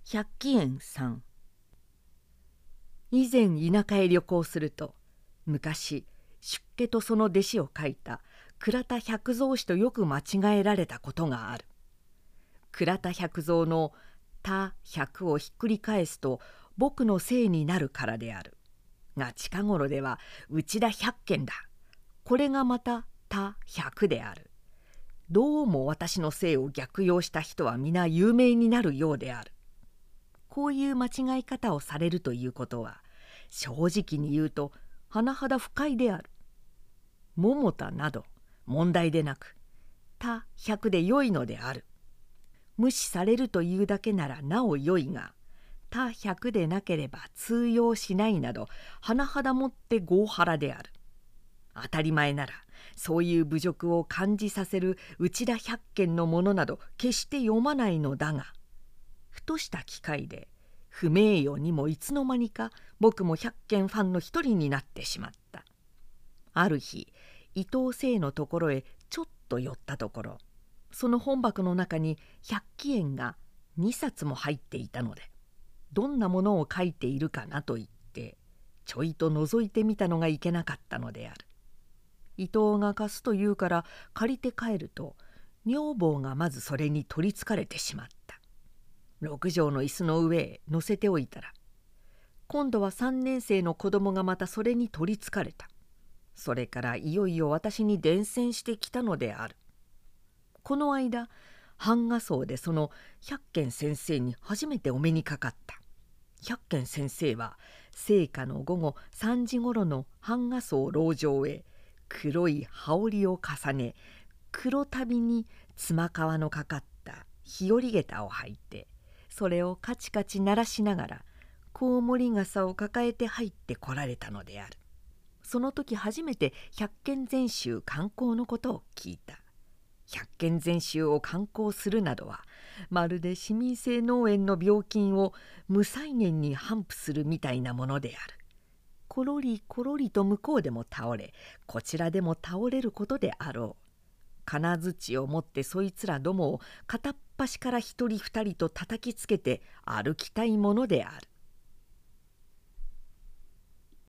百鬼園さん。以前田舎へ旅行すると、昔出家とその弟子を書いた倉田百蔵氏とよく間違えられたことがある。倉田百蔵の「他百」をひっくり返すと僕の姓になるからである。が近頃では内田百軒だ。これがまた他百である。どうも私の姓を逆用した人は皆有名になるようである。こういう間違い方をされるということは正直に言うと甚だ不快である。桃田など問題でなく他百でよいのである。無視されるというだけならなおよいが、他百でなければ通用しないなど甚だもって業腹である。当たり前ならそういう侮辱を感じさせる内田百軒のものなど決して読まないのだが、ふとした機会で不名誉にもいつの間にか僕も百軒ファンの一人になってしまった。ある日伊藤清のところへちょっと寄ったところ、その本箱の中に百鬼園が2冊も入っていたので、どんなものを書いているかなと言ってちょいと覗いてみたのがいけなかったのである。伊藤が貸すと言うから借りて帰ると、女房がまずそれに取りつかれてしまった。6畳の椅子の上へ乗せておいたら、今度は3年生の子供がまたそれに取りつかれた。それからいよいよ私に伝染してきたのである。この間版画荘でその百軒先生に初めてお目にかかった。百軒先生は盛夏の午後3時ごろの版画荘籠城へ黒い羽織を重ね、黒足袋に妻皮のかかった日和下駄を履いて、それをカチカチ鳴らしながらコウモリ傘を抱えて入ってこられたのである。その時初めて百軒全集刊行のことを聞いた。百軒全集を刊行するなどはまるで市民性農園の病菌を無再現に頒布するみたいなものである。ころりころりと向こうでも倒れ、こちらでも倒れることであろう。金槌を持ってそいつらどもを片っ端から一人二人と叩きつけて歩きたいものである。